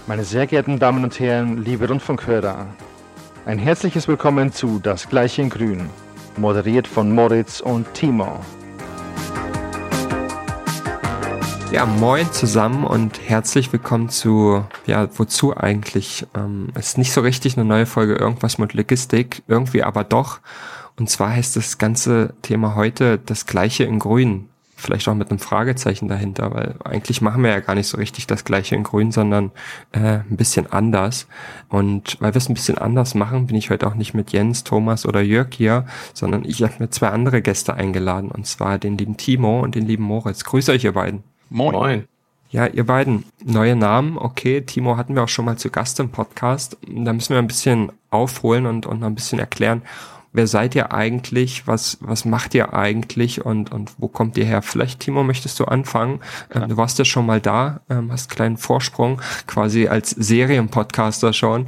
Meine sehr geehrten Damen und Herren, liebe Rundfunkhörer, ein herzliches Willkommen zu Das Gleiche in Grün, moderiert von Moritz und Timo. Ja, moin zusammen und herzlich willkommen zu, wozu eigentlich? Es ist nicht so richtig eine neue Folge, irgendwas mit Logistik, irgendwie aber doch. Und zwar heißt das ganze Thema heute Das Gleiche in Grün. Vielleicht auch mit einem Fragezeichen dahinter, weil eigentlich machen wir ja gar nicht so richtig das Gleiche in Grün, sondern ein bisschen anders. Und weil wir es ein bisschen anders machen, bin ich heute auch nicht mit Jens, Thomas oder Jörg hier, sondern ich habe mir zwei andere Gäste eingeladen, und zwar den lieben Timo und den lieben Moritz. Grüß euch, ihr beiden. Moin. Moin. Ja, ihr beiden, neue Namen, okay, Timo hatten wir auch schon mal zu Gast im Podcast. Da müssen wir ein bisschen aufholen und noch ein bisschen erklären, wer seid ihr eigentlich, was macht ihr eigentlich und wo kommt ihr her? Vielleicht, Timo, möchtest du anfangen? Du warst ja schon mal da, hast einen kleinen Vorsprung, quasi als Serienpodcaster schon,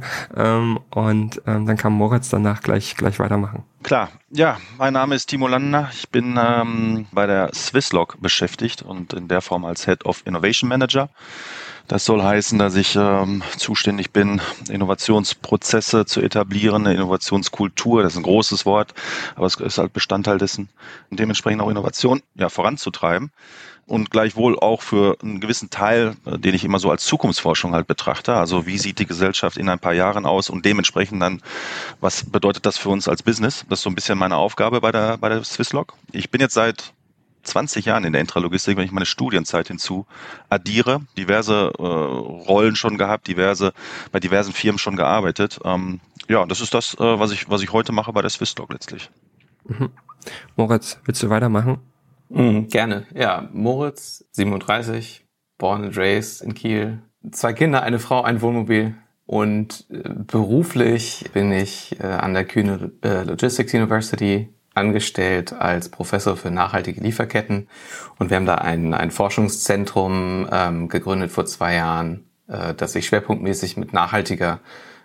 und dann kann Moritz danach gleich weitermachen. Klar, ja, mein Name ist Timo Landner. Ich bin bei der Swisslog beschäftigt und in der Form als Head of Innovation Manager. Das soll heißen, dass ich zuständig bin, Innovationsprozesse zu etablieren, eine Innovationskultur, das ist ein großes Wort, aber es ist halt Bestandteil dessen, und dementsprechend auch Innovation voranzutreiben und gleichwohl auch für einen gewissen Teil, den ich immer so als Zukunftsforschung halt betrachte, also wie sieht die Gesellschaft in ein paar Jahren aus und dementsprechend dann, was bedeutet das für uns als Business? Das ist so ein bisschen meine Aufgabe bei der Swisslog. Ich bin jetzt seit 20 Jahren in der Intralogistik, wenn ich meine Studienzeit hinzu addiere, diverse Rollen schon gehabt, bei diversen Firmen schon gearbeitet. Das ist das, was ich heute mache bei der Swisslog letztlich. Mhm. Moritz, willst du weitermachen? Gerne. Ja, Moritz, 37, born and raised in Kiel. 2 Kinder, eine Frau, ein Wohnmobil. Und beruflich bin ich an der Kühne Logistics University angestellt als Professor für nachhaltige Lieferketten. Und wir haben da ein Forschungszentrum gegründet vor 2 Jahren, das sich schwerpunktmäßig mit nachhaltiger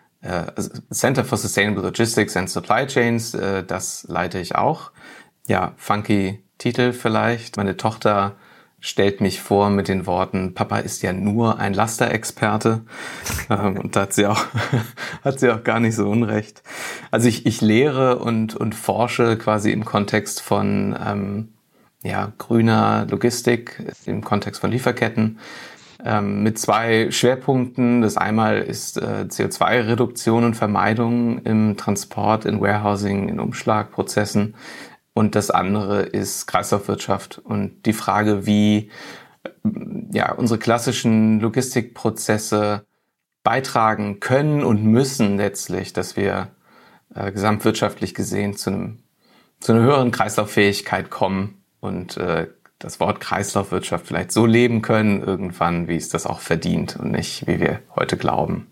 Center for Sustainable Logistics and Supply Chains, das leite ich auch. Ja, funky Titel vielleicht. Meine Tochter stellt mich vor mit den Worten, Papa ist ja nur ein Lasterexperte. Und da hat sie auch gar nicht so unrecht. Also ich lehre und forsche quasi im Kontext von grüner Logistik, im Kontext von Lieferketten, mit 2 Schwerpunkten. Das einmal ist CO2-Reduktion und Vermeidung im Transport, in Warehousing, in Umschlagprozessen. Und das andere ist Kreislaufwirtschaft und die Frage, wie unsere klassischen Logistikprozesse beitragen können und müssen letztlich, dass wir gesamtwirtschaftlich gesehen zu einer höheren Kreislauffähigkeit kommen und das Wort Kreislaufwirtschaft vielleicht so leben können irgendwann, wie es das auch verdient und nicht, wie wir heute glauben.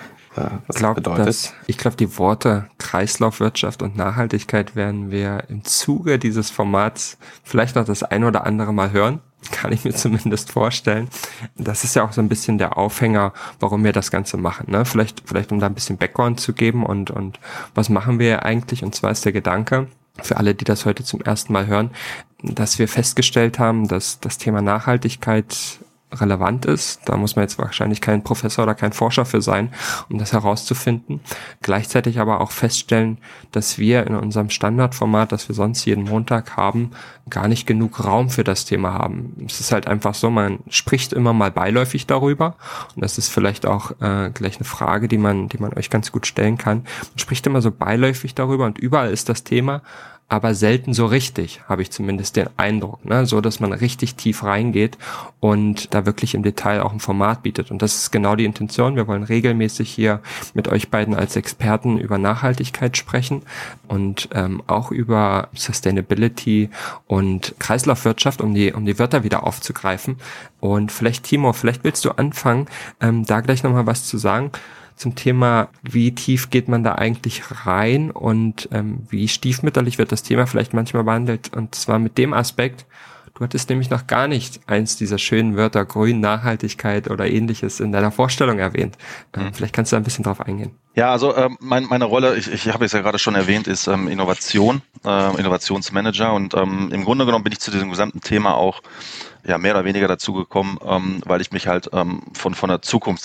Ich glaube, die Worte Kreislaufwirtschaft und Nachhaltigkeit werden wir im Zuge dieses Formats vielleicht noch das ein oder andere Mal hören. Kann ich mir zumindest vorstellen. Das ist ja auch so ein bisschen der Aufhänger, warum wir das Ganze machen, ne? Vielleicht um da ein bisschen Background zu geben und was machen wir eigentlich? Und zwar ist der Gedanke, für alle, die das heute zum ersten Mal hören, dass wir festgestellt haben, dass das Thema Nachhaltigkeit relevant ist. Da muss man jetzt wahrscheinlich kein Professor oder kein Forscher für sein, um das herauszufinden. Gleichzeitig aber auch feststellen, dass wir in unserem Standardformat, das wir sonst jeden Montag haben, gar nicht genug Raum für das Thema haben. Es ist halt einfach so, man spricht immer mal beiläufig darüber, und das ist vielleicht auch gleich eine Frage, die man euch ganz gut stellen kann. Man spricht immer so beiläufig darüber und überall ist das Thema, aber selten so richtig, habe ich zumindest den Eindruck, ne? So, dass man richtig tief reingeht und da wirklich im Detail auch ein Format bietet. Und das ist genau die Intention. Wir wollen regelmäßig hier mit euch beiden als Experten über Nachhaltigkeit sprechen und auch über Sustainability und Kreislaufwirtschaft, um die Wörter wieder aufzugreifen. Und vielleicht, Timo, willst du anfangen, da gleich nochmal was zu sagen zum Thema, wie tief geht man da eigentlich rein und wie stiefmütterlich wird das Thema vielleicht manchmal behandelt, und zwar mit dem Aspekt, du hattest nämlich noch gar nicht eins dieser schönen Wörter Grün, Nachhaltigkeit oder ähnliches in deiner Vorstellung erwähnt. Vielleicht kannst du da ein bisschen drauf eingehen. Ja, also meine Rolle, ich habe es ja gerade schon erwähnt, ist Innovation, Innovationsmanager, und im Grunde genommen bin ich zu diesem gesamten Thema auch mehr oder weniger dazu gekommen, weil ich mich halt von der Zukunftsforschung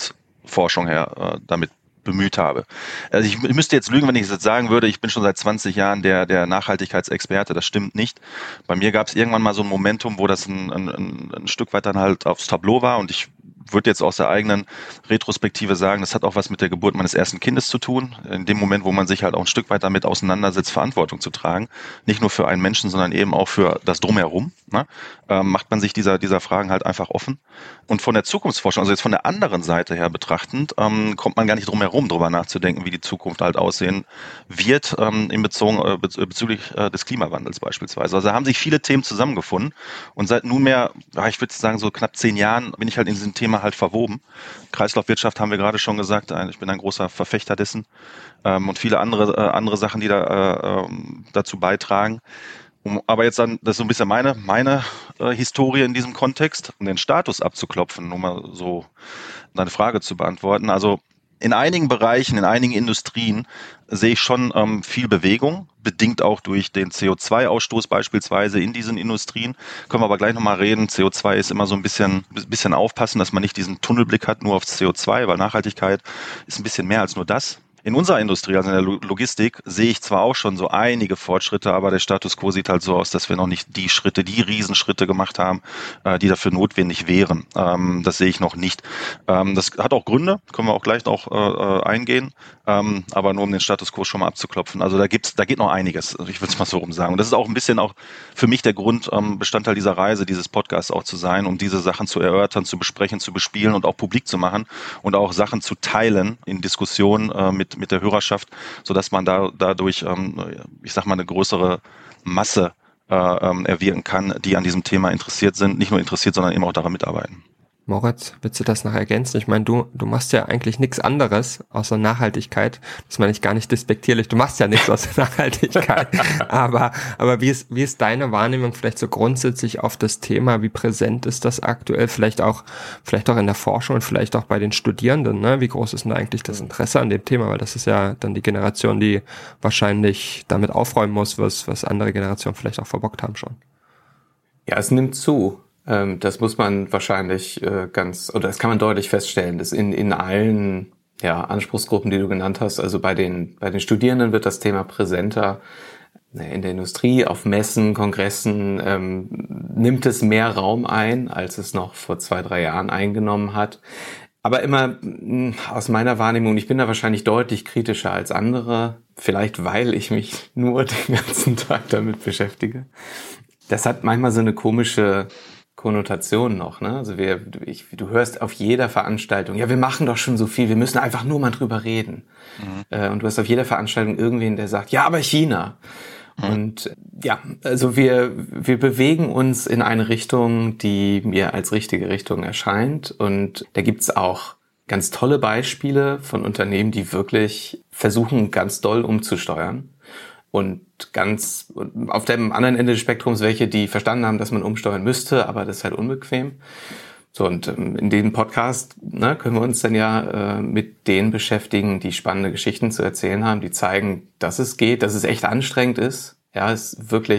Forschung her damit bemüht habe. Also ich müsste jetzt lügen, wenn ich es jetzt sagen würde, ich bin schon seit 20 Jahren der Nachhaltigkeitsexperte. Das stimmt nicht. Bei mir gab es irgendwann mal so ein Momentum, wo das ein Stück weit dann halt aufs Tableau war, und ich würde jetzt aus der eigenen Retrospektive sagen, das hat auch was mit der Geburt meines ersten Kindes zu tun. In dem Moment, wo man sich halt auch ein Stück weit damit auseinandersetzt, Verantwortung zu tragen, nicht nur für einen Menschen, sondern eben auch für das Drumherum, ne? Macht man sich dieser Fragen halt einfach offen. Und von der Zukunftsforschung, also jetzt von der anderen Seite her betrachtend, kommt man gar nicht drum herum, darüber nachzudenken, wie die Zukunft halt aussehen wird, bezüglich des Klimawandels beispielsweise. Also da haben sich viele Themen zusammengefunden, und seit nunmehr, ich würde sagen, so knapp 10 Jahren bin ich halt in diesem Thema halt verwoben. Kreislaufwirtschaft haben wir gerade schon gesagt, ich bin ein großer Verfechter dessen, und viele andere Sachen, die da dazu beitragen. Aber jetzt dann, das ist so ein bisschen meine Historie in diesem Kontext, um den Status abzuklopfen, um mal so deine Frage zu beantworten. Also in einigen Bereichen, in einigen Industrien sehe ich schon viel Bewegung, bedingt auch durch den CO2-Ausstoß beispielsweise in diesen Industrien. Können wir aber gleich nochmal reden. CO2 ist immer so ein bisschen aufpassen, dass man nicht diesen Tunnelblick hat nur aufs CO2, weil Nachhaltigkeit ist ein bisschen mehr als nur das. In unserer Industrie, also in der Logistik, sehe ich zwar auch schon so einige Fortschritte, aber der Status quo sieht halt so aus, dass wir noch nicht die Riesenschritte gemacht haben, die dafür notwendig wären. Das sehe ich noch nicht. Das hat auch Gründe, können wir auch gleich noch eingehen, aber nur um den Status quo schon mal abzuklopfen. Also da geht noch einiges, ich würde es mal so rum sagen. Und das ist auch ein bisschen auch für mich der Grund, Bestandteil dieser Reise, dieses Podcasts auch zu sein, um diese Sachen zu erörtern, zu besprechen, zu bespielen und auch publik zu machen und auch Sachen zu teilen in Diskussionen mit der Hörerschaft, sodass man dadurch, ich sag mal, eine größere Masse erwirken kann, die an diesem Thema interessiert sind, nicht nur interessiert, sondern eben auch daran mitarbeiten. Moritz, willst du das noch ergänzen? Ich meine, du machst ja eigentlich nichts anderes außer Nachhaltigkeit. Das meine ich gar nicht despektierlich. Du machst ja nichts außer Nachhaltigkeit. Aber wie ist deine Wahrnehmung vielleicht so grundsätzlich auf das Thema? Wie präsent ist das aktuell? Vielleicht auch in der Forschung und vielleicht auch bei den Studierenden, ne? Wie groß ist denn eigentlich das Interesse an dem Thema? Weil das ist ja dann die Generation, die wahrscheinlich damit aufräumen muss, was andere Generationen vielleicht auch verbockt haben schon. Ja, es nimmt zu. Das muss man wahrscheinlich das kann man deutlich feststellen, dass in allen Anspruchsgruppen, die du genannt hast, also bei den Studierenden wird das Thema präsenter. In der Industrie, auf Messen, Kongressen nimmt es mehr Raum ein, als es noch vor 2-3 Jahren eingenommen hat. Aber immer aus meiner Wahrnehmung, ich bin da wahrscheinlich deutlich kritischer als andere, vielleicht weil ich mich nur den ganzen Tag damit beschäftige. Das hat manchmal so eine komische Konnotation noch, ne? Also du hörst auf jeder Veranstaltung, ja, wir machen doch schon so viel, wir müssen einfach nur mal drüber reden. Mhm. Und du hast auf jeder Veranstaltung irgendwen, der sagt, ja, aber China. Mhm. Und also wir bewegen uns in eine Richtung, die mir als richtige Richtung erscheint. Und da gibt's auch ganz tolle Beispiele von Unternehmen, die wirklich versuchen, ganz doll umzusteuern. Und ganz auf dem anderen Ende des Spektrums welche, die verstanden haben, dass man umsteuern müsste, aber das ist halt unbequem. So, und in diesem Podcast können wir uns dann mit denen beschäftigen, die spannende Geschichten zu erzählen haben, die zeigen, dass es geht, dass es echt anstrengend ist. Ja, es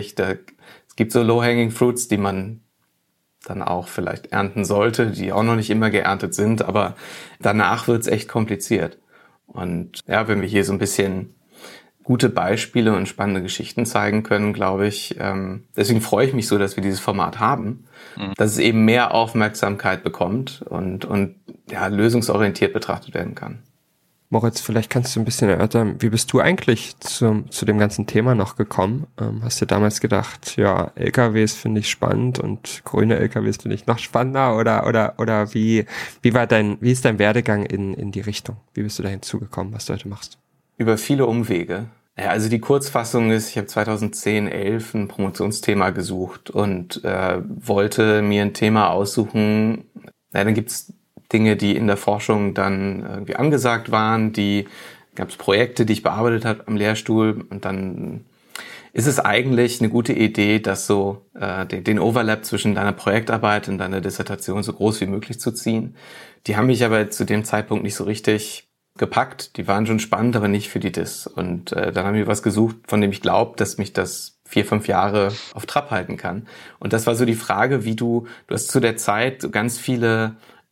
gibt so low-hanging fruits, die man dann auch vielleicht ernten sollte, die auch noch nicht immer geerntet sind, aber danach wird's echt kompliziert. Und ja, wenn wir hier so ein bisschen gute Beispiele und spannende Geschichten zeigen können, glaube ich. Deswegen freue ich mich so, dass wir dieses Format haben, dass es eben mehr Aufmerksamkeit bekommt und lösungsorientiert betrachtet werden kann. Moritz, vielleicht kannst du ein bisschen erörtern, wie bist du eigentlich zu dem ganzen Thema noch gekommen? Hast du damals gedacht, ja, LKWs finde ich spannend und grüne LKWs finde ich noch spannender oder wie ist dein Werdegang in die Richtung? Wie bist du da hinzugekommen, was du heute machst? Über viele Umwege. Ja, also die Kurzfassung ist, ich habe 2010/11 ein Promotionsthema gesucht und wollte mir ein Thema aussuchen. Ja, dann gibt's Dinge, die in der Forschung dann irgendwie angesagt waren, gab's Projekte, die ich bearbeitet habe am Lehrstuhl und dann ist es eigentlich eine gute Idee, das so den Overlap zwischen deiner Projektarbeit und deiner Dissertation so groß wie möglich zu ziehen. Die haben mich aber zu dem Zeitpunkt nicht so richtig gepackt. Die waren schon spannend, aber nicht für die Diss. Und dann haben wir was gesucht, von dem ich glaube, dass mich das 4-5 Jahre auf Trab halten kann. Und das war so die Frage, wie du hast zu der Zeit so ganz viele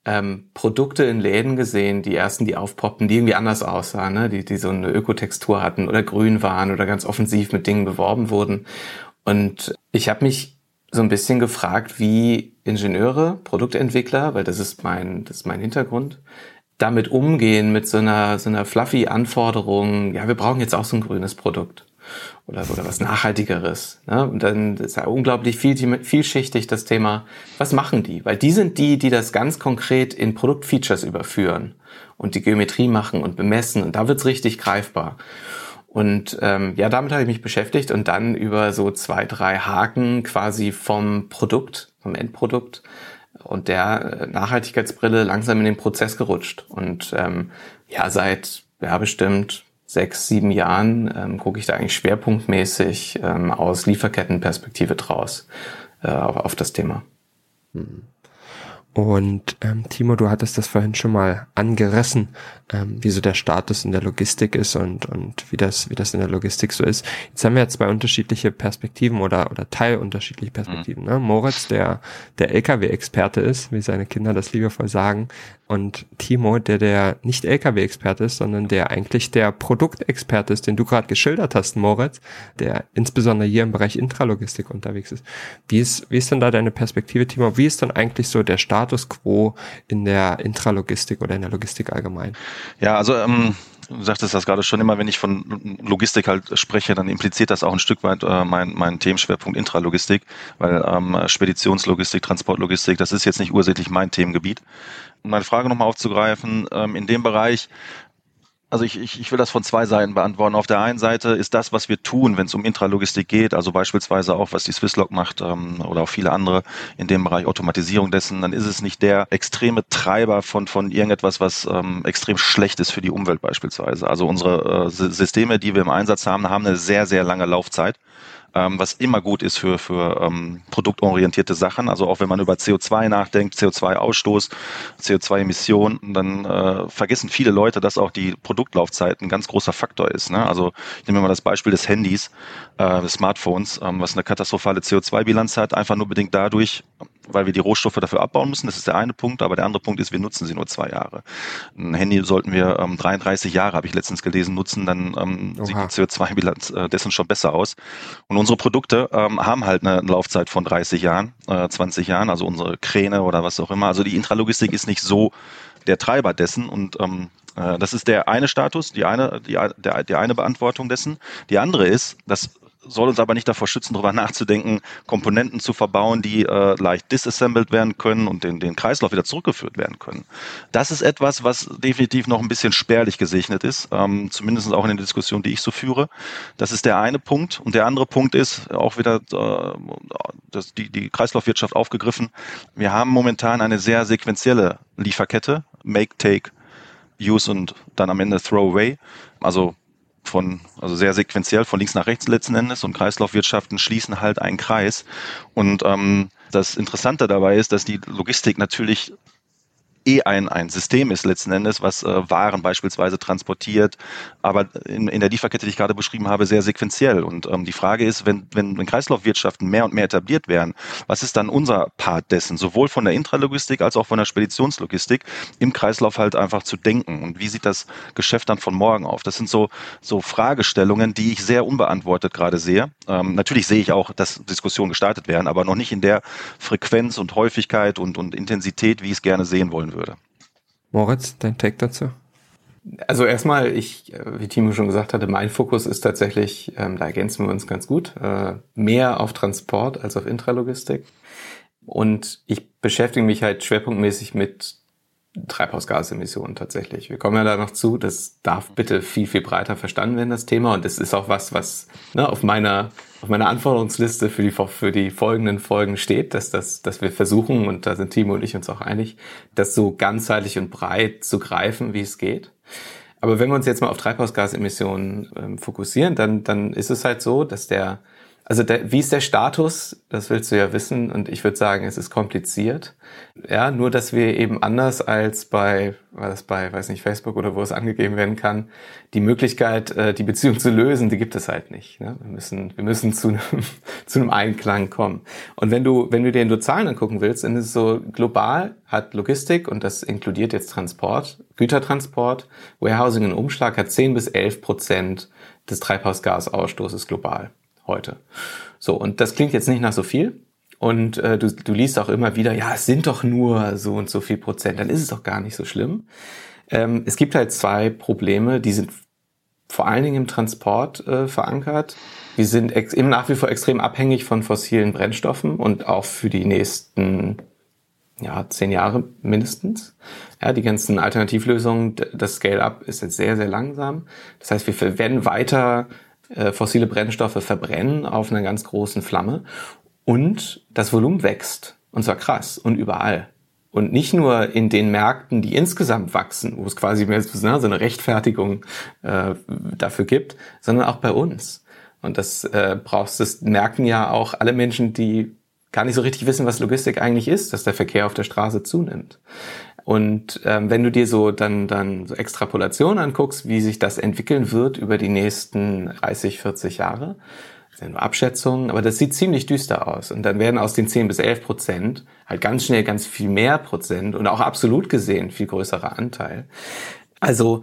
Produkte in Läden gesehen, die ersten, die aufpoppen, die irgendwie anders aussahen, ne? die so eine Ökotextur hatten oder grün waren oder ganz offensiv mit Dingen beworben wurden. Und ich habe mich so ein bisschen gefragt, wie Ingenieure, Produktentwickler, weil das ist mein Hintergrund, damit umgehen mit so einer fluffy Anforderung, ja, wir brauchen jetzt auch so ein grünes Produkt oder was Nachhaltigeres. Ne? Und dann ist ja unglaublich vielschichtig das Thema, was machen die? Weil die sind die das ganz konkret in Produktfeatures überführen und die Geometrie machen und bemessen und da wird's richtig greifbar. Und damit habe ich mich beschäftigt und dann über so 2, 3 Haken quasi vom Endprodukt und der Nachhaltigkeitsbrille langsam in den Prozess gerutscht. Und seit bestimmt 6, 7 Jahren gucke ich da eigentlich schwerpunktmäßig aus Lieferkettenperspektive draus auf das Thema. Und Timo, du hattest das vorhin schon mal angerissen, wie so der Status in der Logistik ist und wie das in der Logistik so ist. Jetzt haben wir ja 2 unterschiedliche Perspektiven oder teilunterschiedliche Perspektiven. Ne? Moritz, der LKW-Experte ist, wie seine Kinder das liebevoll sagen, und Timo, der nicht LKW-Experte ist, sondern der eigentlich der Produktexperte ist, den du gerade geschildert hast, Moritz, der insbesondere hier im Bereich Intralogistik unterwegs ist. Wie ist denn da deine Perspektive, Timo? Wie ist dann eigentlich so der Status quo in der Intralogistik oder in der Logistik allgemein? Ja, also du sagtest das gerade schon, immer wenn ich von Logistik halt spreche, dann impliziert das auch ein Stück weit mein Themenschwerpunkt Intralogistik, weil Speditionslogistik, Transportlogistik, das ist jetzt nicht ursächlich mein Themengebiet. Um meine Frage nochmal aufzugreifen, in dem Bereich, also ich will das von 2 Seiten beantworten. Auf der einen Seite ist das, was wir tun, wenn es um Intralogistik geht, also beispielsweise auch, was die Swisslog macht oder auch viele andere in dem Bereich Automatisierung dessen, dann ist es nicht der extreme Treiber von irgendetwas, was extrem schlecht ist für die Umwelt beispielsweise. Also unsere Systeme, die wir im Einsatz haben eine sehr, sehr lange Laufzeit. Was immer gut ist für produktorientierte Sachen. Also auch wenn man über CO2 nachdenkt, CO2-Ausstoß, CO2-Emissionen, dann vergessen viele Leute, dass auch die Produktlaufzeit ein ganz großer Faktor ist. Ne? Also ich nehme mal das Beispiel des Handys, des Smartphones, was eine katastrophale CO2-Bilanz hat, einfach nur bedingt dadurch, weil wir die Rohstoffe dafür abbauen müssen. Das ist der eine Punkt, aber der andere Punkt ist, wir nutzen sie nur 2 Jahre. Ein Handy sollten wir 33 Jahre, habe ich letztens gelesen, nutzen, dann sieht die CO2-Bilanz dessen schon besser aus. Und unsere Produkte haben halt eine Laufzeit von 30 Jahren, 20 Jahren, also unsere Kräne oder was auch immer. Also die Intralogistik ist nicht so der Treiber dessen und das ist der eine Status, die eine Beantwortung dessen. Die andere ist, dass soll uns aber nicht davor schützen, darüber nachzudenken, Komponenten zu verbauen, die leicht disassembled werden können und den Kreislauf wieder zurückgeführt werden können. Das ist etwas, was definitiv noch ein bisschen spärlich gesegnet ist, zumindest auch in der Diskussion, die ich so führe. Das ist der eine Punkt. Und der andere Punkt ist auch wieder die Kreislaufwirtschaft aufgegriffen. Wir haben momentan eine sehr sequentielle Lieferkette, Make, Take, Use und dann am Ende Throw Away. Also sehr sequenziell von links nach rechts letzten Endes, und Kreislaufwirtschaften schließen halt einen Kreis. Und das Interessante dabei ist, dass die Logistik natürlich ein System ist letzten Endes, was Waren beispielsweise transportiert, aber in der Lieferkette, die ich gerade beschrieben habe, sehr sequenziell. Und die Frage ist, wenn Kreislaufwirtschaften mehr und mehr etabliert werden, was ist dann unser Part dessen, sowohl von der Intralogistik als auch von der Speditionslogistik, im Kreislauf halt einfach zu denken? Und wie sieht das Geschäft dann von morgen auf? Das sind so Fragestellungen, die ich sehr unbeantwortet gerade sehe. Natürlich sehe ich auch, dass Diskussionen gestartet werden, aber noch nicht in der Frequenz und Häufigkeit und Intensität, wie ich es gerne sehen wollen würde. Moritz, dein Take dazu? Also erstmal, wie Timo schon gesagt hatte, mein Fokus ist tatsächlich, da ergänzen wir uns ganz gut, mehr auf Transport als auf Intralogistik. Und ich beschäftige mich halt schwerpunktmäßig mit Treibhausgasemissionen tatsächlich. Wir kommen ja da noch zu, das darf bitte viel, viel breiter verstanden werden, das Thema. Und das ist auch was auf meiner Anforderungsliste für die folgenden Folgen steht, dass wir versuchen, und da sind Timo und ich uns auch einig, das so ganzheitlich und breit zu greifen, wie es geht. Aber wenn wir uns jetzt mal auf Treibhausgasemissionen fokussieren, dann ist es halt so, dass Also wie ist der Status? Das willst du ja wissen und ich würde sagen, es ist kompliziert. Ja, nur dass wir eben anders als bei weiß nicht, Facebook oder wo es angegeben werden kann, die Möglichkeit, die Beziehung zu lösen, die gibt es halt nicht. Ne? Wir müssen zu einem Einklang kommen. Und wenn du dir nur Zahlen angucken willst, dann ist es so, global hat Logistik, und das inkludiert jetzt Transport, Gütertransport, Warehousing und Umschlag, hat 10-11% des Treibhausgasausstoßes global heute. So, und das klingt jetzt nicht nach so viel. Und du liest auch immer wieder, ja, es sind doch nur so und so viel Prozent, dann ist es doch gar nicht so schlimm. Es gibt halt 2 Probleme, die sind vor allen Dingen im Transport verankert. Wir sind eben nach wie vor extrem abhängig von fossilen Brennstoffen und auch für die nächsten 10 Jahre mindestens. Ja, die ganzen Alternativlösungen, das Scale-up ist jetzt sehr, sehr langsam. Das heißt, wir werden weiter fossile Brennstoffe verbrennen auf einer ganz großen Flamme. Und das Volumen wächst. Und zwar krass und überall. Und nicht nur in den Märkten, die insgesamt wachsen, wo es quasi mehr so eine Rechtfertigung dafür gibt, sondern auch bei uns. Und das merken ja auch alle Menschen, die gar nicht so richtig wissen, was Logistik eigentlich ist, dass der Verkehr auf der Straße zunimmt. Und wenn du dir so dann so Extrapolationen anguckst, wie sich das entwickeln wird über die nächsten 30, 40 Jahre, das sind nur Abschätzungen, aber das sieht ziemlich düster aus. Und dann werden aus den 10-11% halt ganz schnell ganz viel mehr Prozent und auch absolut gesehen viel größerer Anteil. Also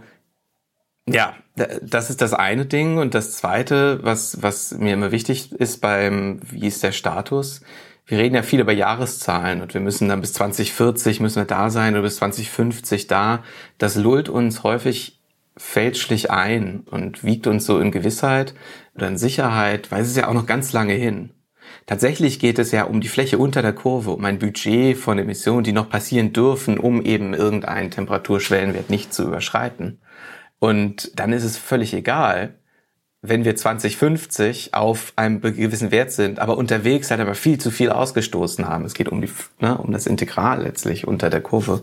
ja, das ist das eine Ding. Und das zweite, was mir immer wichtig ist wie ist der Status? Wir reden ja viel über Jahreszahlen und wir müssen dann bis 2040 müssen wir da sein oder bis 2050 da. Das lullt uns häufig fälschlich ein und wiegt uns so in Gewissheit oder in Sicherheit, weil es ist ja auch noch ganz lange hin. Tatsächlich geht es ja um die Fläche unter der Kurve, um ein Budget von Emissionen, die noch passieren dürfen, um eben irgendeinen Temperaturschwellenwert nicht zu überschreiten. Und dann ist es völlig egal, wenn wir 2050 auf einem gewissen Wert sind, aber unterwegs halt aber viel zu viel ausgestoßen haben. Es geht um das Integral letztlich unter der Kurve.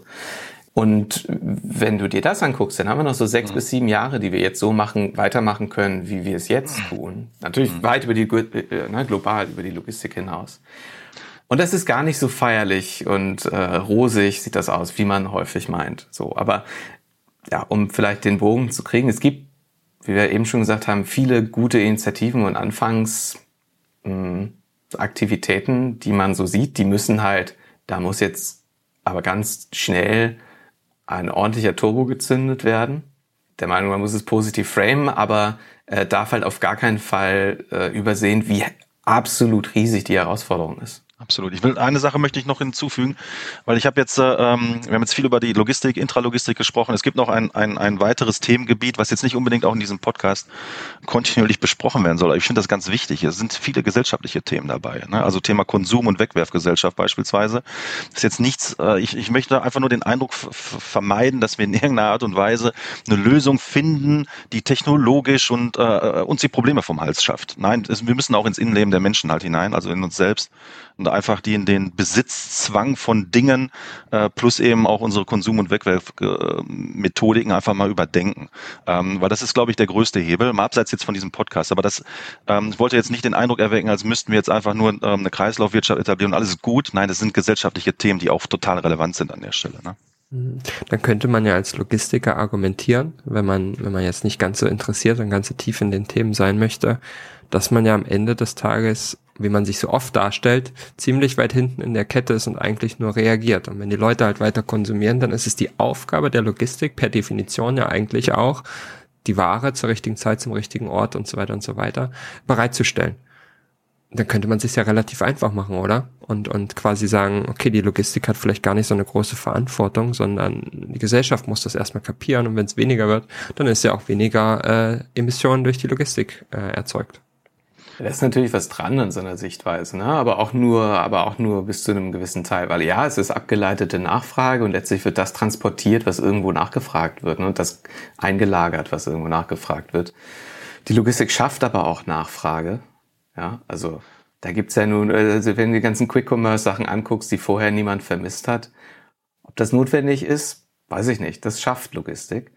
Und wenn du dir das anguckst, dann haben wir noch so 6 bis 7 Jahre, die wir jetzt so weitermachen können, wie wir es jetzt tun. Natürlich weit über global über die Logistik hinaus. Und das ist gar nicht so feierlich und rosig sieht das aus, wie man häufig meint. So, aber ja, um vielleicht den Bogen zu kriegen, es gibt, wie wir eben schon gesagt haben, viele gute Initiativen und Anfangsaktivitäten, die man so sieht, da muss jetzt aber ganz schnell ein ordentlicher Turbo gezündet werden. Der Meinung, man muss es positiv framen, aber darf halt auf gar keinen Fall übersehen, wie absolut riesig die Herausforderung ist. Absolut. Eine Sache möchte ich noch hinzufügen, weil ich habe jetzt, wir haben jetzt viel über die Logistik, Intralogistik gesprochen. Es gibt noch ein weiteres Themengebiet, was jetzt nicht unbedingt auch in diesem Podcast kontinuierlich besprochen werden soll. Aber ich finde das ganz wichtig. Es sind viele gesellschaftliche Themen dabei. Ne? Also Thema Konsum- und Wegwerfgesellschaft beispielsweise. Das ist jetzt nichts, ich möchte einfach nur den Eindruck vermeiden, dass wir in irgendeiner Art und Weise eine Lösung finden, die technologisch und uns die Probleme vom Hals schafft. Nein, wir müssen auch ins Innenleben der Menschen halt hinein, also in uns selbst. Und einfach die in den Besitzzwang von Dingen plus eben auch unsere Konsum- und Wegwerfmethodiken einfach mal überdenken. Weil das ist, glaube ich, der größte Hebel, mal abseits jetzt von diesem Podcast. Aber das ich wollte jetzt nicht den Eindruck erwecken, als müssten wir jetzt einfach nur eine Kreislaufwirtschaft etablieren und alles ist gut. Nein, das sind gesellschaftliche Themen, die auch total relevant sind an der Stelle. Ne? Dann könnte man ja als Logistiker argumentieren, wenn man jetzt nicht ganz so interessiert und ganz so tief in den Themen sein möchte, dass man ja am Ende des Tages, wie man sich so oft darstellt, ziemlich weit hinten in der Kette ist und eigentlich nur reagiert. Und wenn die Leute halt weiter konsumieren, dann ist es die Aufgabe der Logistik per Definition ja eigentlich auch, die Ware zur richtigen Zeit, zum richtigen Ort und so weiter bereitzustellen. Dann könnte man es sich ja relativ einfach machen, oder? Und quasi sagen, okay, die Logistik hat vielleicht gar nicht so eine große Verantwortung, sondern die Gesellschaft muss das erstmal kapieren und wenn es weniger wird, dann ist ja auch weniger Emissionen durch die Logistik erzeugt. Da ist natürlich was dran an so einer Sichtweise, ne? Aber auch nur bis zu einem gewissen Teil, weil ja, es ist abgeleitete Nachfrage und letztlich wird das transportiert, was irgendwo nachgefragt wird, ne? Und das eingelagert, was irgendwo nachgefragt wird. Die Logistik schafft aber auch Nachfrage, ja, also da gibt's ja nun, also wenn du die ganzen Quick-Commerce-Sachen anguckst, die vorher niemand vermisst hat, ob das notwendig ist, weiß ich nicht, das schafft Logistik.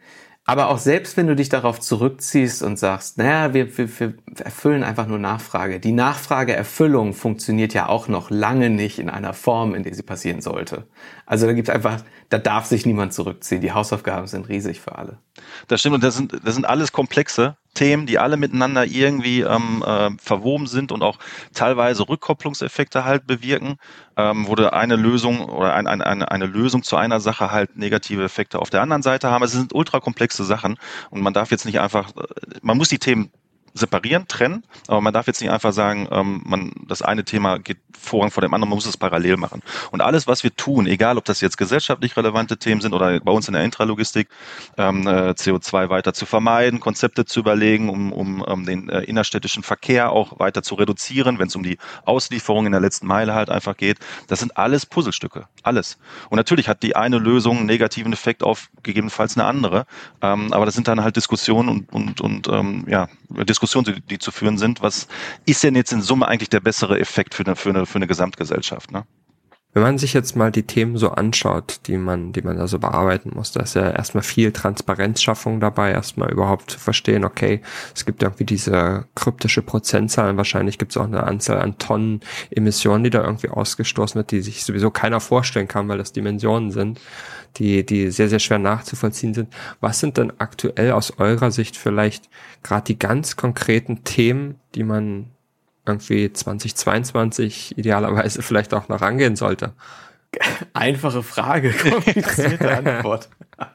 Aber auch selbst wenn du dich darauf zurückziehst und sagst, naja, wir erfüllen einfach nur Nachfrage. Die Nachfrageerfüllung funktioniert ja auch noch lange nicht in einer Form, in der sie passieren sollte. Also da darf sich niemand zurückziehen. Die Hausaufgaben sind riesig für alle. Das stimmt, und das sind alles komplexe Themen, die alle miteinander irgendwie verwoben sind und auch teilweise Rückkopplungseffekte halt bewirken, wo du eine Lösung oder eine Lösung zu einer Sache halt negative Effekte auf der anderen Seite haben. Es sind ultrakomplexe Sachen und man darf jetzt nicht einfach, man muss die Themen separieren, trennen, aber man darf jetzt nicht einfach sagen, das eine Thema geht Vorrang vor dem anderen, man muss es parallel machen. Und alles, was wir tun, egal ob das jetzt gesellschaftlich relevante Themen sind oder bei uns in der Intralogistik, CO2 weiter zu vermeiden, Konzepte zu überlegen, um den innerstädtischen Verkehr auch weiter zu reduzieren, wenn es um die Auslieferung in der letzten Meile halt einfach geht, das sind alles Puzzlestücke, alles. Und natürlich hat die eine Lösung einen negativen Effekt auf gegebenenfalls eine andere, aber das sind dann halt Diskussionen und Diskussionen, die zu führen sind. Was ist denn jetzt in Summe eigentlich der bessere Effekt für eine Gesamtgesellschaft, ne? Wenn man sich jetzt mal die Themen so anschaut, die man da so bearbeiten muss, da ist ja erstmal viel Transparenzschaffung dabei, erstmal überhaupt zu verstehen, okay, es gibt irgendwie diese kryptische Prozentzahl, wahrscheinlich gibt es auch eine Anzahl an Tonnen Emissionen, die da irgendwie ausgestoßen wird, die sich sowieso keiner vorstellen kann, weil das Dimensionen sind, die sehr, sehr schwer nachzuvollziehen sind. Was sind denn aktuell aus eurer Sicht vielleicht gerade die ganz konkreten Themen, die man irgendwie 2022 idealerweise vielleicht auch noch angehen sollte? Einfache Frage, komplizierte Antwort.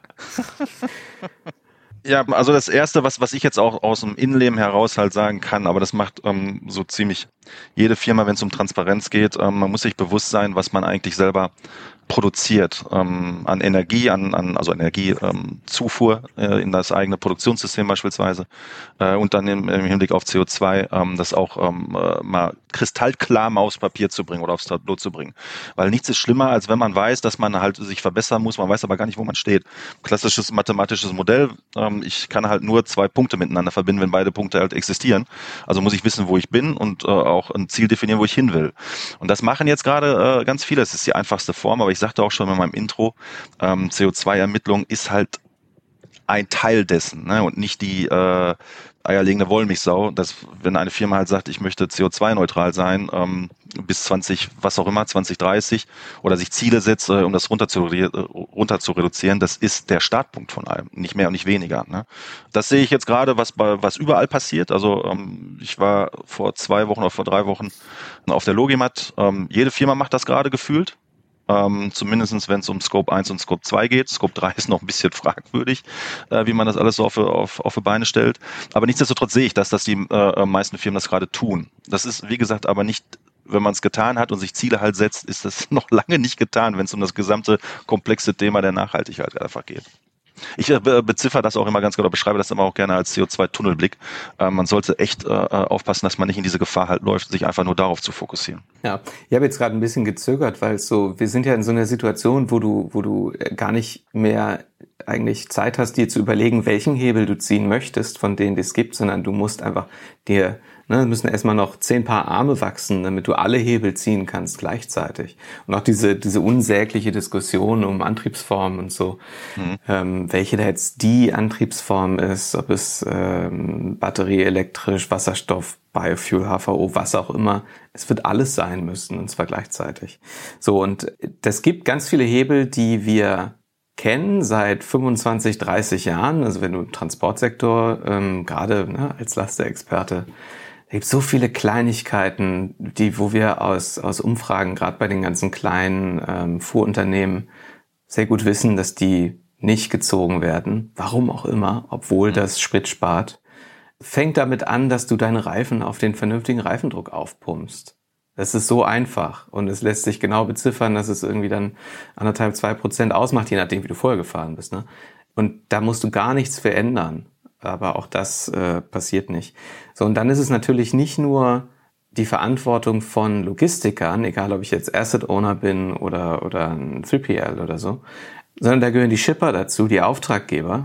Ja, also das Erste, was ich jetzt auch aus dem Innenleben heraus halt sagen kann, aber das macht so ziemlich jede Firma, wenn es um Transparenz geht, man muss sich bewusst sein, was man eigentlich selber produziert an Energie, also Energiezufuhr in das eigene Produktionssystem beispielsweise und dann im Hinblick auf CO2 das auch mal kristallklar mal aufs Papier zu bringen oder aufs Tableau zu bringen. Weil nichts ist schlimmer, als wenn man weiß, dass man halt sich verbessern muss, man weiß aber gar nicht, wo man steht. Klassisches mathematisches Modell, ich kann halt nur zwei Punkte miteinander verbinden, wenn beide Punkte halt existieren. Also muss ich wissen, wo ich bin und auch ein Ziel definieren, wo ich hin will. Und das machen jetzt gerade ganz viele. Das ist die einfachste Form, aber ich sagte auch schon in meinem Intro, CO2-Ermittlung ist halt ein Teil dessen, ne? Und nicht die eierlegende Wollmilchsau, dass wenn eine Firma halt sagt, ich möchte CO2-neutral sein bis 2030 oder sich Ziele setzt, um das runter zu reduzieren, das ist der Startpunkt von allem, nicht mehr und nicht weniger. Ne? Das sehe ich jetzt gerade, was überall passiert. Also ich war vor 2 Wochen oder vor 3 Wochen auf der Logimat. Jede Firma macht das gerade gefühlt. Zumindest wenn es um Scope 1 und Scope 2 geht. Scope 3 ist noch ein bisschen fragwürdig, wie man das alles so auf die Beine stellt. Aber nichtsdestotrotz sehe ich, dass die meisten Firmen das gerade tun. Das ist, wie gesagt, aber nicht, wenn man es getan hat und sich Ziele halt setzt, ist das noch lange nicht getan, wenn es um das gesamte komplexe Thema der Nachhaltigkeit einfach geht. Ich beziffer das auch immer ganz genau, beschreibe das immer auch gerne als CO2-Tunnelblick. Man sollte echt aufpassen, dass man nicht in diese Gefahr halt läuft, sich einfach nur darauf zu fokussieren. Ja, ich habe jetzt gerade ein bisschen gezögert, weil wir sind ja in so einer Situation, wo du gar nicht mehr eigentlich Zeit hast, dir zu überlegen, welchen Hebel du ziehen möchtest von denen, die es gibt, sondern du musst einfach müssen erstmal noch 10 Paar Arme wachsen, damit du alle Hebel ziehen kannst gleichzeitig. Und auch diese unsägliche Diskussion um Antriebsformen und so, welche da jetzt die Antriebsform ist, ob es Batterie, elektrisch, Wasserstoff, Biofuel, HVO, was auch immer. Es wird alles sein müssen, und zwar gleichzeitig. So, und das gibt ganz viele Hebel, die wir kennen seit 25, 30 Jahren. Also wenn du im Transportsektor, gerade als Lasterexperte, da gibt es so viele Kleinigkeiten, wo wir aus Umfragen, gerade bei den ganzen kleinen Fuhrunternehmen, sehr gut wissen, dass die nicht gezogen werden. Warum auch immer, obwohl das Sprit spart. Fängt damit an, dass du deine Reifen auf den vernünftigen Reifendruck aufpumpst. Das ist so einfach und es lässt sich genau beziffern, dass es irgendwie dann 1,5-2% ausmacht, je nachdem, wie du vorher gefahren bist. Ne? Und da musst du gar nichts verändern. Aber auch das passiert nicht. So, und dann ist es natürlich nicht nur die Verantwortung von Logistikern, egal ob ich jetzt Asset Owner bin oder ein 3PL oder so, sondern da gehören die Shipper dazu, die Auftraggeber,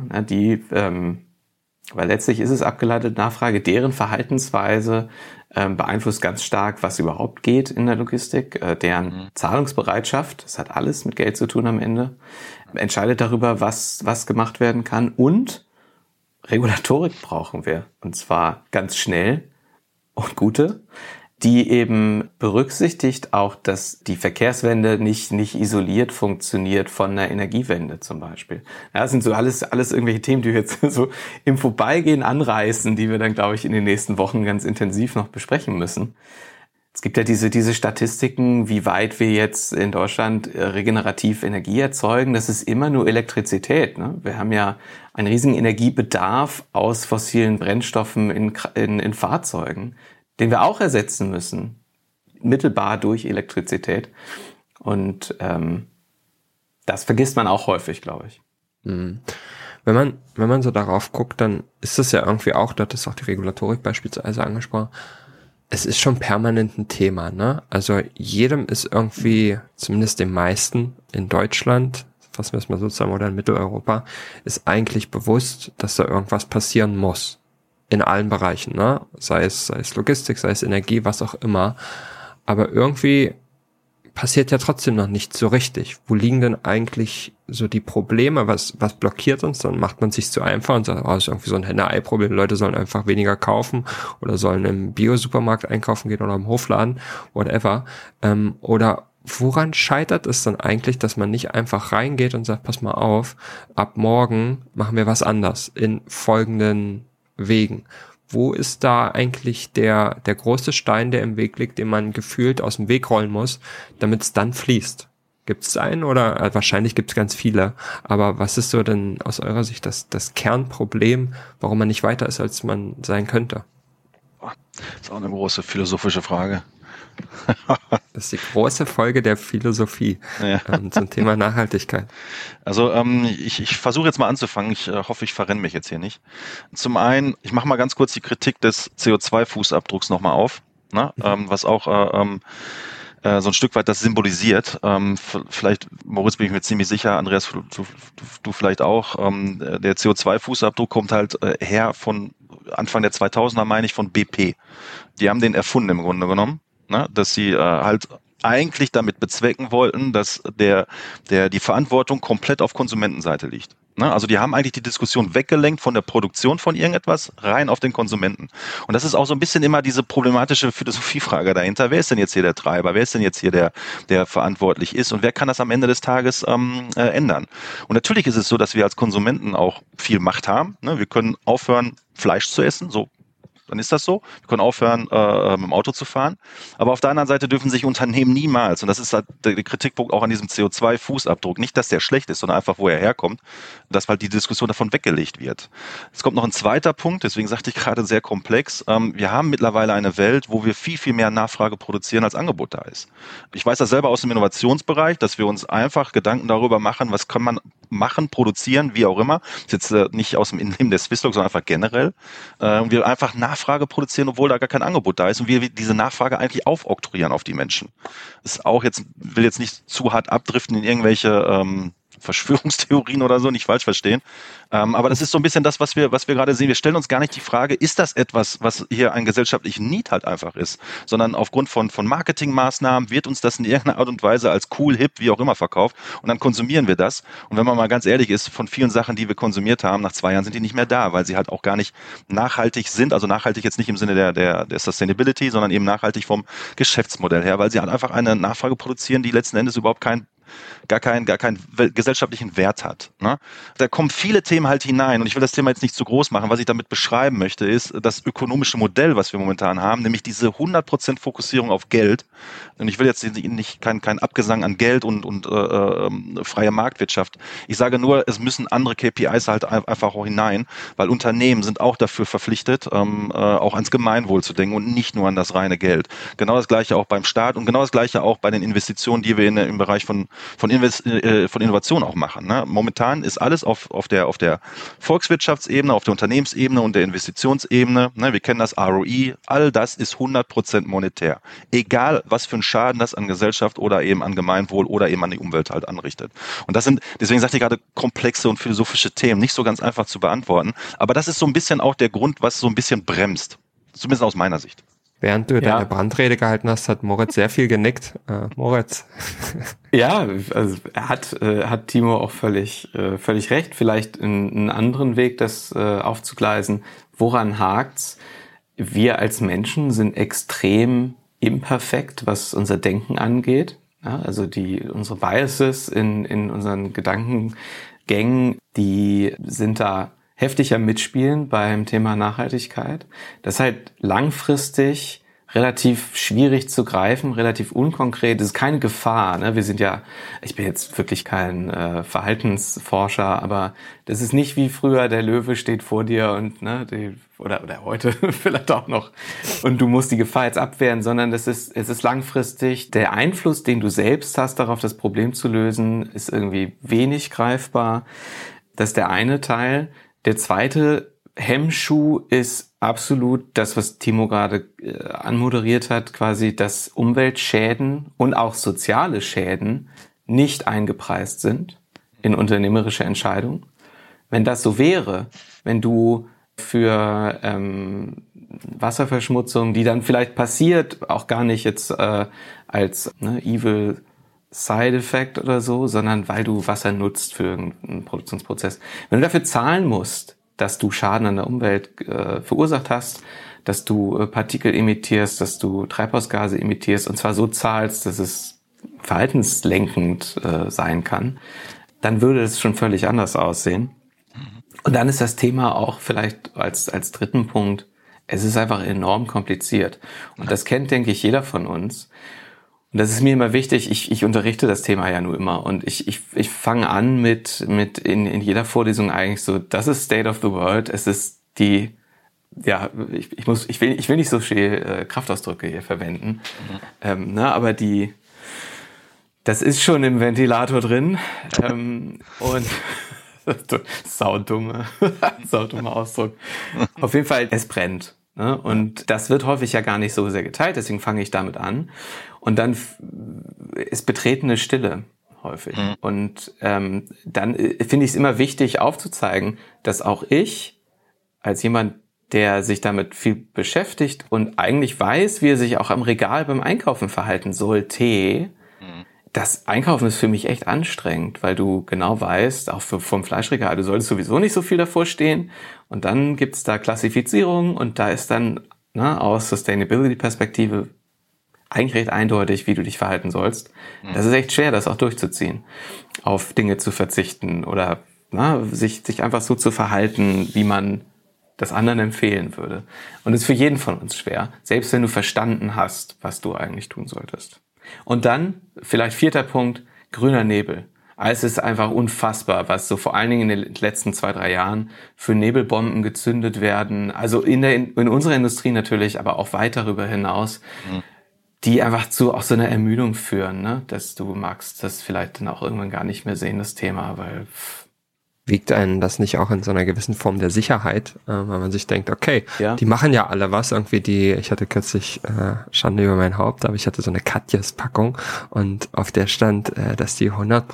weil letztlich ist es abgeleitete Nachfrage, deren Verhaltensweise beeinflusst ganz stark, was überhaupt geht in der Logistik, deren Zahlungsbereitschaft, das hat alles mit Geld zu tun am Ende, entscheidet darüber, was gemacht werden kann und Regulatorik brauchen wir. Und zwar ganz schnell und gute, die eben berücksichtigt auch, dass die Verkehrswende nicht isoliert funktioniert von einer Energiewende zum Beispiel. Ja, das sind so alles irgendwelche Themen, die wir jetzt so im Vorbeigehen anreißen, die wir dann, glaube ich, in den nächsten Wochen ganz intensiv noch besprechen müssen. Es gibt ja diese Statistiken, wie weit wir jetzt in Deutschland regenerativ Energie erzeugen. Das ist immer nur Elektrizität, ne? Wir haben ja einen riesigen Energiebedarf aus fossilen Brennstoffen in Fahrzeugen, den wir auch ersetzen müssen, mittelbar durch Elektrizität. Und das vergisst man auch häufig, glaube ich. Mhm. Wenn man so darauf guckt, dann ist das ja irgendwie auch, dort ist auch die Regulatorik beispielsweise angesprochen, es ist schon permanent ein Thema, ne? Also jedem ist irgendwie, zumindest den meisten in Deutschland, fassen wir es mal so zusammen, oder in Mitteleuropa, ist eigentlich bewusst, dass da irgendwas passieren muss. In allen Bereichen, ne? Sei es Logistik, sei es Energie, was auch immer. Aber irgendwie passiert ja trotzdem noch nicht so richtig. Wo liegen denn eigentlich so die Probleme? Was blockiert uns? Dann macht man sich zu einfach und sagt, ist irgendwie so ein Henne-Ei-Problem. Leute sollen einfach weniger kaufen oder sollen im Bio-Supermarkt einkaufen gehen oder im Hofladen, whatever. Oder woran scheitert es dann eigentlich, dass man nicht einfach reingeht und sagt, pass mal auf, ab morgen machen wir was anders in folgenden Wegen? Wo ist da eigentlich der große Stein, der im Weg liegt, den man gefühlt aus dem Weg rollen muss, damit es dann fließt? Gibt es einen oder wahrscheinlich gibt es ganz viele, aber was ist so denn aus eurer Sicht das Kernproblem, warum man nicht weiter ist, als man sein könnte? Das ist auch eine große philosophische Frage. Das ist die große Folge der Philosophie zum Thema Nachhaltigkeit. Also ich versuche jetzt mal anzufangen. Ich hoffe, ich verrenne mich jetzt hier nicht. Zum einen, ich mache mal ganz kurz die Kritik des CO2-Fußabdrucks nochmal auf, ne? Was auch so ein Stück weit das symbolisiert. Vielleicht, Moritz, bin ich mir ziemlich sicher, Andreas, du vielleicht auch. Der CO2-Fußabdruck kommt halt her von Anfang der 2000er, meine ich, von BP. Die haben den erfunden im Grunde genommen. Ne, dass sie halt eigentlich damit bezwecken wollten, dass die Verantwortung komplett auf Konsumentenseite liegt. Ne, also die haben eigentlich die Diskussion weggelenkt von der Produktion von irgendetwas rein auf den Konsumenten. Und das ist auch so ein bisschen immer diese problematische Philosophiefrage dahinter. Wer ist denn jetzt hier der Treiber? Wer ist denn jetzt hier der verantwortlich ist? Und wer kann das am Ende des Tages ändern? Und natürlich ist es so, dass wir als Konsumenten auch viel Macht haben. Ne, wir können aufhören, Fleisch zu essen, so. Dann ist das so. Wir können aufhören, mit dem Auto zu fahren. Aber auf der anderen Seite dürfen sich Unternehmen niemals, und das ist halt der Kritikpunkt auch an diesem CO2-Fußabdruck, nicht, dass der schlecht ist, sondern einfach, wo er herkommt, dass halt die Diskussion davon weggelegt wird. Es kommt noch ein zweiter Punkt, deswegen sagte ich gerade sehr komplex. Wir haben mittlerweile eine Welt, wo wir viel, viel mehr Nachfrage produzieren, als Angebot da ist. Ich weiß das selber aus dem Innovationsbereich, dass wir uns einfach Gedanken darüber machen, was kann man machen, produzieren, wie auch immer. Das ist jetzt nicht aus dem Innenleben der Swisslog, sondern einfach generell. Und wir einfach Nachfrage produzieren, obwohl da gar kein Angebot da ist und wir diese Nachfrage eigentlich aufoktroyieren auf die Menschen. Das ist auch jetzt, will jetzt nicht zu hart abdriften in irgendwelche Verschwörungstheorien oder so, nicht falsch verstehen. Aber das ist so ein bisschen das, was wir gerade sehen. Wir stellen uns gar nicht die Frage, ist das etwas, was hier ein gesellschaftlichen Need halt einfach ist, sondern aufgrund von Marketingmaßnahmen wird uns das in irgendeiner Art und Weise als cool, hip, wie auch immer verkauft und dann konsumieren wir das. Und wenn man mal ganz ehrlich ist, von vielen Sachen, die wir konsumiert haben, nach 2 Jahren sind die nicht mehr da, weil sie halt auch gar nicht nachhaltig sind, also nachhaltig jetzt nicht im Sinne der Sustainability, sondern eben nachhaltig vom Geschäftsmodell her, weil sie halt einfach eine Nachfrage produzieren, die letzten Endes überhaupt gar keinen gesellschaftlichen Wert hat. Ne? Da kommen viele Themen halt hinein und ich will das Thema jetzt nicht zu groß machen. Was ich damit beschreiben möchte, ist das ökonomische Modell, was wir momentan haben, nämlich diese 100% Fokussierung auf Geld. Und ich will jetzt nicht kein Abgesang an Geld und freie Marktwirtschaft. Ich sage nur, es müssen andere KPIs halt einfach auch hinein, weil Unternehmen sind auch dafür verpflichtet, auch ans Gemeinwohl zu denken und nicht nur an das reine Geld. Genau das Gleiche auch beim Staat und genau das Gleiche auch bei den Investitionen, die wir im Bereich von Innovation auch machen. Ne? Momentan ist alles auf der Volkswirtschaftsebene, auf der Unternehmensebene und der Investitionsebene. Ne? Wir kennen das ROI. All das ist 100% monetär. Egal, was für einen Schaden das an Gesellschaft oder eben an Gemeinwohl oder eben an die Umwelt halt anrichtet. Und das sind, deswegen sagte ich gerade, komplexe und philosophische Themen, nicht so ganz einfach zu beantworten. Aber das ist so ein bisschen auch der Grund, was so ein bisschen bremst. Zumindest aus meiner Sicht. Während du deine Brandrede gehalten hast, hat Moritz sehr viel genickt. Moritz. Ja, also hat Timo auch völlig recht. Vielleicht einen anderen Weg, das aufzugleisen. Woran hakt's? Wir als Menschen sind extrem imperfekt, was unser Denken angeht. Ja, also unsere Biases in unseren Gedankengängen, die sind da heftig am Mitspielen beim Thema Nachhaltigkeit. Das ist halt langfristig relativ schwierig zu greifen, relativ unkonkret. Das ist keine Gefahr. Ne? Ich bin jetzt wirklich kein Verhaltensforscher, aber das ist nicht wie früher, der Löwe steht vor dir und oder heute vielleicht auch noch und du musst die Gefahr jetzt abwehren, sondern es ist langfristig. Der Einfluss, den du selbst hast, darauf das Problem zu lösen, ist irgendwie wenig greifbar. Das ist der eine Teil. Der zweite Hemmschuh ist absolut das, was Timo gerade anmoderiert hat, quasi, dass Umweltschäden und auch soziale Schäden nicht eingepreist sind in unternehmerische Entscheidungen. Wenn das so wäre, wenn du für Wasserverschmutzung, die dann vielleicht passiert, auch gar nicht jetzt als evil Side-Effect oder so, sondern weil du Wasser nutzt für irgendeinen Produktionsprozess. Wenn du dafür zahlen musst, dass du Schaden an der Umwelt verursacht hast, dass du Partikel emittierst, dass du Treibhausgase emittierst und zwar so zahlst, dass es verhaltenslenkend sein kann, dann würde es schon völlig anders aussehen. Und dann ist das Thema auch vielleicht als dritten Punkt, es ist einfach enorm kompliziert. Und das kennt, denke ich, jeder von uns. Und das ist mir immer wichtig, ich unterrichte das Thema ja nur immer und ich fange an mit in jeder Vorlesung eigentlich so, das ist State of the World, es ist ich will nicht so viel Kraftausdrücke hier verwenden, aber das ist schon im Ventilator drin und saudummer Ausdruck. Auf jeden Fall, es brennt. Und das wird häufig ja gar nicht so sehr geteilt, deswegen fange ich damit an. Und dann ist betretene Stille häufig. Und dann finde ich es immer wichtig aufzuzeigen, dass auch ich als jemand, der sich damit viel beschäftigt und eigentlich weiß, wie er sich auch am Regal beim Einkaufen verhalten sollte, das Einkaufen ist für mich echt anstrengend, weil du genau weißt, auch vom Fleischregal, du solltest sowieso nicht so viel davor stehen. Und dann gibt's da Klassifizierung und da ist dann aus Sustainability-Perspektive eigentlich recht eindeutig, wie du dich verhalten sollst. Das ist echt schwer, das auch durchzuziehen, auf Dinge zu verzichten oder sich einfach so zu verhalten, wie man das anderen empfehlen würde. Und es ist für jeden von uns schwer, selbst wenn du verstanden hast, was du eigentlich tun solltest. Und dann, vielleicht vierter Punkt, grüner Nebel. Es ist einfach unfassbar, was so vor allen Dingen in den letzten 2-3 Jahren für Nebelbomben gezündet werden. Also in unserer Industrie natürlich, aber auch weit darüber hinaus, die einfach zu auch so einer Ermüdung führen, ne? Dass du magst das vielleicht dann auch irgendwann gar nicht mehr sehen, das Thema, weil wiegt einen das nicht auch in so einer gewissen Form der Sicherheit, weil man sich denkt, okay, die machen ja alle was, irgendwie ich hatte kürzlich Schande über mein Haupt, aber ich hatte so eine Katjes-Packung und auf der stand, dass die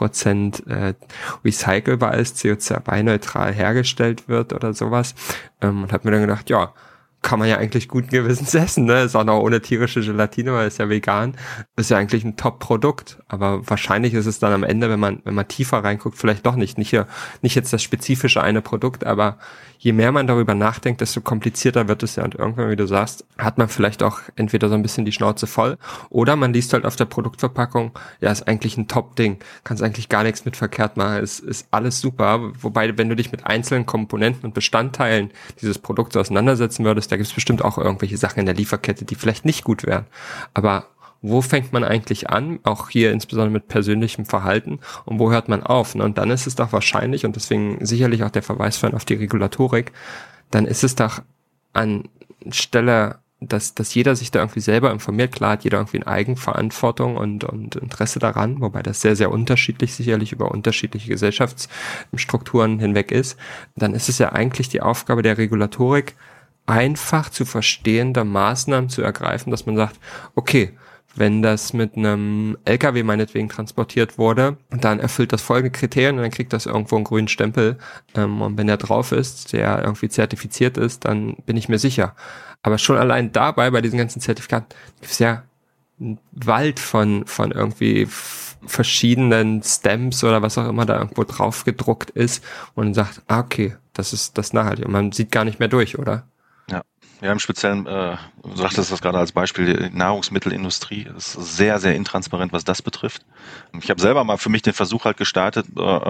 100% recycelbar ist, CO2-neutral hergestellt wird oder sowas, und habe mir dann gedacht, ja, kann man ja eigentlich guten Gewissens essen, ne? Ist auch noch ohne tierische Gelatine, weil es ja vegan ist, ja eigentlich ein Top-Produkt. Aber wahrscheinlich ist es dann am Ende, wenn man tiefer reinguckt, vielleicht doch nicht jetzt das spezifische eine Produkt, aber je mehr man darüber nachdenkt, desto komplizierter wird es ja. Und irgendwann, wie du sagst, hat man vielleicht auch entweder so ein bisschen die Schnauze voll oder man liest halt auf der Produktverpackung, ja, ist eigentlich ein Top-Ding, kannst eigentlich gar nichts mit verkehrt machen, ist alles super. Wobei, wenn du dich mit einzelnen Komponenten und Bestandteilen dieses Produkts auseinandersetzen würdest, da gibt es bestimmt auch irgendwelche Sachen in der Lieferkette, die vielleicht nicht gut wären. Aber wo fängt man eigentlich an, auch hier insbesondere mit persönlichem Verhalten, und wo hört man auf? Ne? Und dann ist es doch wahrscheinlich, und deswegen sicherlich auch der Verweis auf die Regulatorik, dann ist es doch an Stelle, dass jeder sich da irgendwie selber informiert. Klar hat jeder irgendwie eine Eigenverantwortung und Interesse daran, wobei das sehr, sehr unterschiedlich sicherlich über unterschiedliche Gesellschaftsstrukturen hinweg ist. Dann ist es ja eigentlich die Aufgabe der Regulatorik, einfach zu verstehende Maßnahmen zu ergreifen, dass man sagt, okay, wenn das mit einem LKW meinetwegen transportiert wurde, dann erfüllt das folgende Kriterien und dann kriegt das irgendwo einen grünen Stempel. Und wenn der drauf ist, der irgendwie zertifiziert ist, dann bin ich mir sicher. Aber schon allein dabei, bei diesen ganzen Zertifikaten, gibt es ja einen Wald von irgendwie verschiedenen Stamps oder was auch immer da irgendwo drauf gedruckt ist und sagt, okay, das ist das nachhaltig. Und man sieht gar nicht mehr durch, oder? Ja, im Speziellen, du sagtest das gerade als Beispiel, die Nahrungsmittelindustrie ist sehr, sehr intransparent, was das betrifft. Ich habe selber mal für mich den Versuch halt gestartet,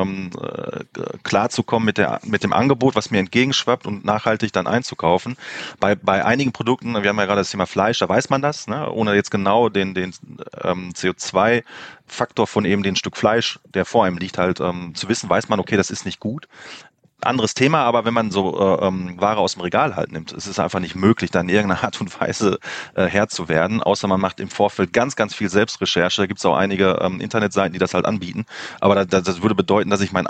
klarzukommen mit dem Angebot, was mir entgegenschwappt und nachhaltig dann einzukaufen. Bei einigen Produkten, wir haben ja gerade das Thema Fleisch, da weiß man das, ne, ohne jetzt genau den CO2-Faktor von eben dem Stück Fleisch, der vor einem liegt, halt zu wissen, weiß man, okay, das ist nicht gut. Anderes Thema, aber wenn man so Ware aus dem Regal halt nimmt, es ist einfach nicht möglich, da in irgendeiner Art und Weise Herr zu werden, außer man macht im Vorfeld ganz, ganz viel Selbstrecherche. Da gibt es auch einige Internetseiten, die das halt anbieten. Aber das würde bedeuten, dass ich meine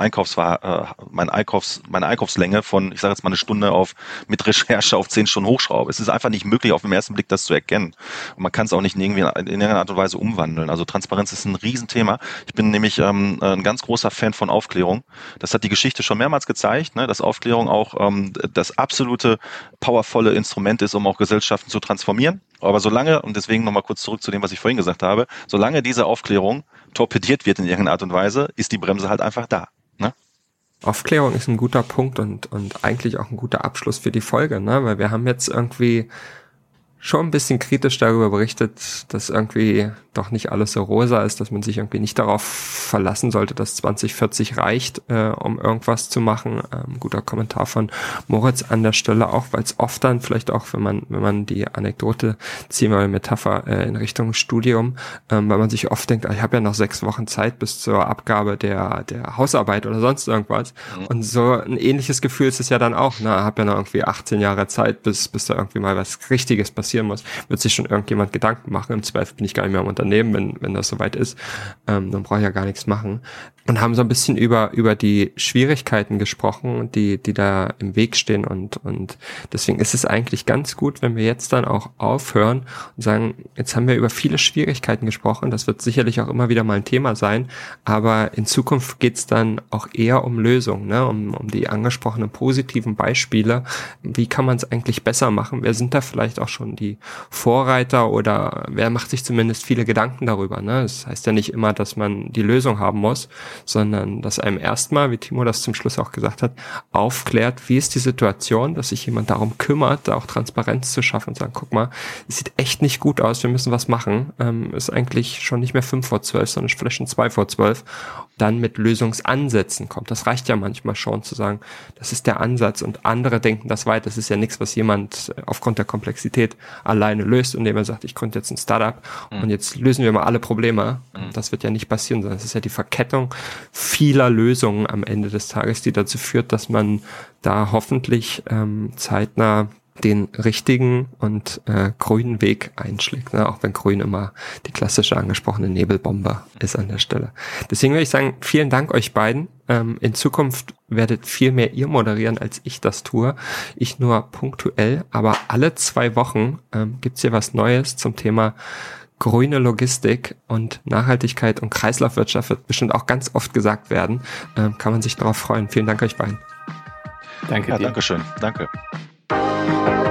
Einkaufslänge von, ich sage jetzt mal eine Stunde mit Recherche auf 10 Stunden hochschraube. Es ist einfach nicht möglich, auf den ersten Blick das zu erkennen. Und man kann es auch nicht in irgendeiner Art und Weise umwandeln. Also Transparenz ist ein Riesenthema. Ich bin nämlich ein ganz großer Fan von Aufklärung. Das hat die Geschichte schon mehrmals gezeigt. Dass Aufklärung auch das absolute powervolle Instrument ist, um auch Gesellschaften zu transformieren. Aber solange, und deswegen nochmal kurz zurück zu dem, was ich vorhin gesagt habe, solange diese Aufklärung torpediert wird in irgendeiner Art und Weise, ist die Bremse halt einfach da. Ne? Aufklärung ist ein guter Punkt und eigentlich auch ein guter Abschluss für die Folge, ne? Weil wir haben jetzt irgendwie schon ein bisschen kritisch darüber berichtet, dass irgendwie doch nicht alles so rosa ist, dass man sich irgendwie nicht darauf verlassen sollte, dass 2040 reicht, um irgendwas zu machen. Guter Kommentar von Moritz an der Stelle auch, weil es oft dann vielleicht auch, wenn man die Anekdote ziehen wir Metapher in Richtung Studium, weil man sich oft denkt, ich habe ja noch 6 Wochen Zeit bis zur Abgabe der Hausarbeit oder sonst irgendwas. Und so ein ähnliches Gefühl ist es ja dann auch. Habe ja noch irgendwie 18 Jahre Zeit, bis da irgendwie mal was Richtiges passieren muss, wird sich schon irgendjemand Gedanken machen. Im Zweifel bin ich gar nicht mehr im Unternehmen, wenn das soweit ist. Dann brauche ich ja gar nichts machen. Und haben so ein bisschen über die Schwierigkeiten gesprochen, die da im Weg stehen und deswegen ist es eigentlich ganz gut, wenn wir jetzt dann auch aufhören und sagen, jetzt haben wir über viele Schwierigkeiten gesprochen, das wird sicherlich auch immer wieder mal ein Thema sein, aber in Zukunft geht's dann auch eher um Lösungen, ne? um die angesprochenen positiven Beispiele. Wie kann man es eigentlich besser machen? Wer sind da vielleicht auch schon die Vorreiter oder wer macht sich zumindest viele Gedanken darüber? Ne? Das heißt ja nicht immer, dass man die Lösung haben muss, sondern dass einem erstmal, wie Timo das zum Schluss auch gesagt hat, aufklärt, wie ist die Situation, dass sich jemand darum kümmert, da auch Transparenz zu schaffen und sagen, guck mal, es sieht echt nicht gut aus, wir müssen was machen. Ist eigentlich schon nicht mehr 5 vor 12, sondern vielleicht schon 2 vor 12. Dann mit Lösungsansätzen kommt. Das reicht ja manchmal schon zu sagen, das ist der Ansatz und andere denken das weiter. Das ist ja nichts, was jemand aufgrund der Komplexität alleine löst, indem er sagt, ich gründe jetzt ein Startup und jetzt lösen wir mal alle Probleme. Das wird ja nicht passieren, sondern es ist ja die Verkettung vieler Lösungen am Ende des Tages, die dazu führt, dass man da hoffentlich zeitnah den richtigen und grünen Weg einschlägt, ne? Auch wenn grün immer die klassische angesprochene Nebelbombe ist an der Stelle. Deswegen würde ich sagen, vielen Dank euch beiden. In Zukunft werdet viel mehr ihr moderieren, als ich das tue. Ich nur punktuell, aber alle 2 Wochen gibt's hier was Neues zum Thema grüne Logistik und Nachhaltigkeit und Kreislaufwirtschaft wird bestimmt auch ganz oft gesagt werden. Kann man sich darauf freuen. Vielen Dank euch beiden. Danke dir. Dankeschön. Danke.